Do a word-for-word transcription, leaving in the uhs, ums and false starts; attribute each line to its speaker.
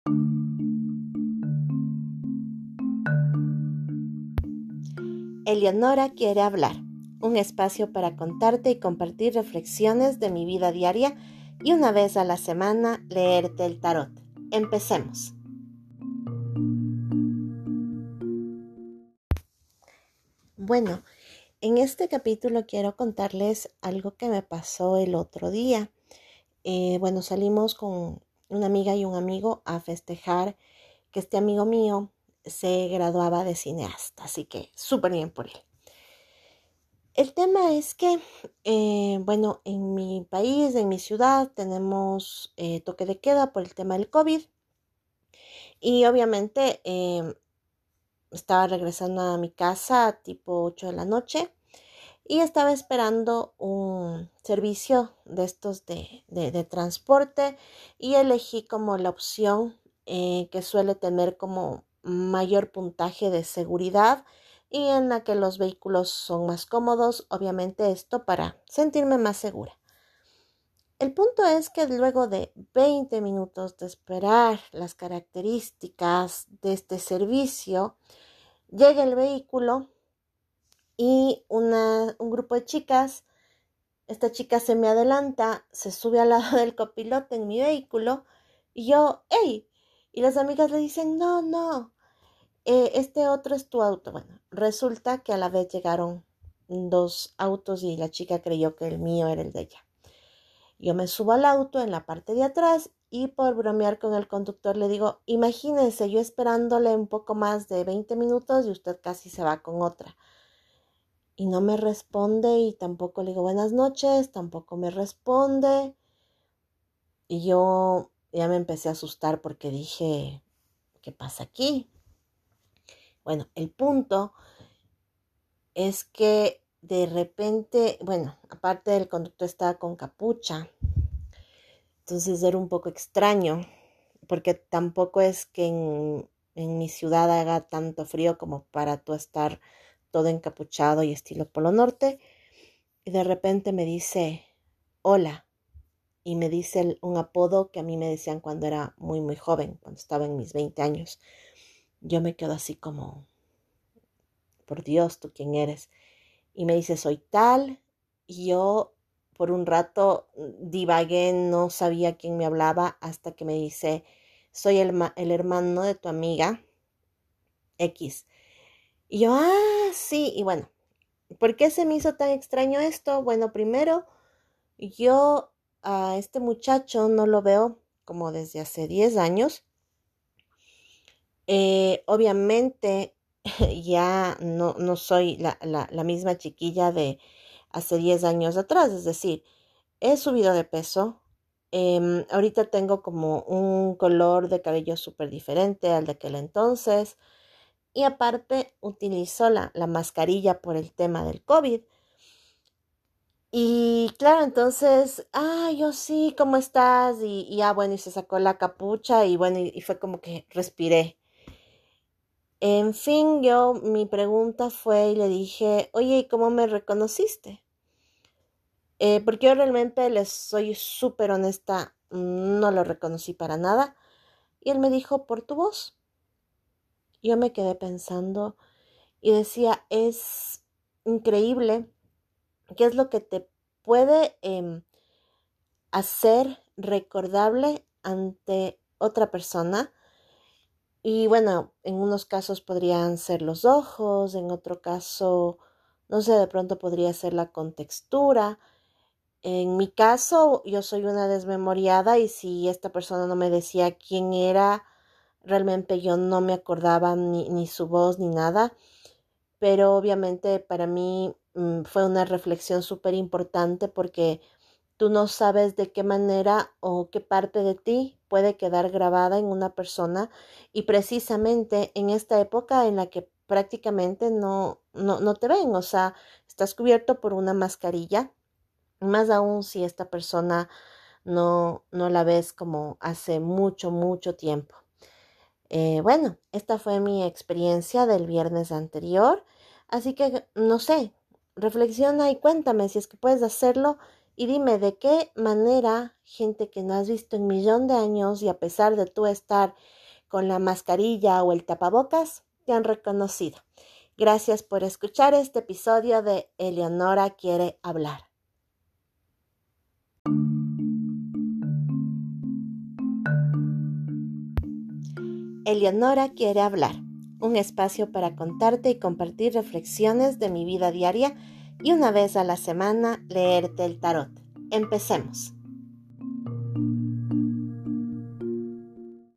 Speaker 1: Eleonora quiere hablar, un espacio para contarte y compartir reflexiones de mi vida diaria y una vez a la semana leerte el tarot. Empecemos. Bueno, en este capítulo quiero contarles algo que me pasó el otro día. Eh, bueno, salimos con una amiga y un amigo a festejar que este amigo mío se graduaba de cineasta, así que súper bien por él. El tema es que, eh, bueno, en mi país, en mi ciudad, tenemos eh, toque de queda por el tema del COVID y obviamente eh, estaba regresando a mi casa tipo ocho de la noche y estaba esperando un servicio de estos de, de, de transporte y elegí como la opción eh, que suele tener como mayor puntaje de seguridad y en la que los vehículos son más cómodos, obviamente esto para sentirme más segura. El punto es que luego de veinte minutos de esperar las características de este servicio, llega el vehículo y una, un grupo de chicas, esta chica se me adelanta, se sube al lado del copiloto en mi vehículo y yo, ¡hey! Y las amigas le dicen, no, no, eh, este otro es tu auto. Bueno, resulta que a la vez llegaron dos autos y la chica creyó que el mío era el de ella. Yo me subo al auto en la parte de atrás y por bromear con el conductor le digo, imagínense, yo esperándole un poco más de veinte minutos y usted casi se va con otra. Y no me responde y tampoco le digo buenas noches, tampoco me responde. Y yo ya me empecé a asustar porque dije, ¿qué pasa aquí? Bueno, el punto es que de repente, bueno, aparte del conductor estaba con capucha, entonces era un poco extraño, porque tampoco es que en, en mi ciudad haga tanto frío como para tú estar todo encapuchado y estilo Polo Norte. Y de repente me dice, hola, y me dice el, un apodo que a mí me decían cuando era muy, muy joven, cuando estaba en mis veinte años. Yo me quedo así como, por Dios, ¿tú quién eres? Y me dice, soy tal, y yo por un rato divagué, no sabía quién me hablaba, hasta que me dice, soy el, el hermano de tu amiga X. Y yo, ah, sí, y bueno, ¿por qué se me hizo tan extraño esto? Bueno, primero, yo a este muchacho no lo veo como desde hace diez años. Eh, obviamente ya no, no soy la, la, la misma chiquilla de hace diez años atrás, es decir, he subido de peso. Eh, ahorita tengo como un color de cabello súper diferente al de aquel entonces. Y aparte utilizo la, la mascarilla por el tema del COVID. Y claro, entonces, ah, yo sí, ¿cómo estás? Y, y ah, bueno, y se sacó la capucha y bueno, y, y fue como que respiré. En fin, yo, mi pregunta fue y le dije, oye, ¿y cómo me reconociste? Eh, porque yo realmente les soy súper honesta, no lo reconocí para nada. Y él me dijo, por tu voz. Yo me quedé pensando y decía, es increíble qué es lo que te puede eh, hacer recordable ante otra persona. Y bueno, en unos casos podrían ser los ojos, en otro caso, no sé, de pronto podría ser la contextura. En mi caso, yo soy una desmemoriada y si esta persona no me decía quién era, realmente yo no me acordaba ni, ni su voz ni nada. Pero obviamente para mí mmm, fue una reflexión súper importante porque tú no sabes de qué manera o qué parte de ti puede quedar grabada en una persona y precisamente en esta época en la que prácticamente no, no, no te ven, o sea, estás cubierto por una mascarilla, más aún si esta persona no, no la ves como hace mucho, mucho tiempo. Eh, bueno, esta fue mi experiencia del viernes anterior, así que no sé, reflexiona y cuéntame si es que puedes hacerlo, Y dime, ¿de qué manera gente que no has visto en millón de años y a pesar de tú estar con la mascarilla o el tapabocas, te han reconocido? Gracias por escuchar este episodio de Eleonora quiere hablar. Eleonora quiere hablar, un espacio para contarte y compartir reflexiones de mi vida diaria y una vez a la semana leerte el tarot. Empecemos.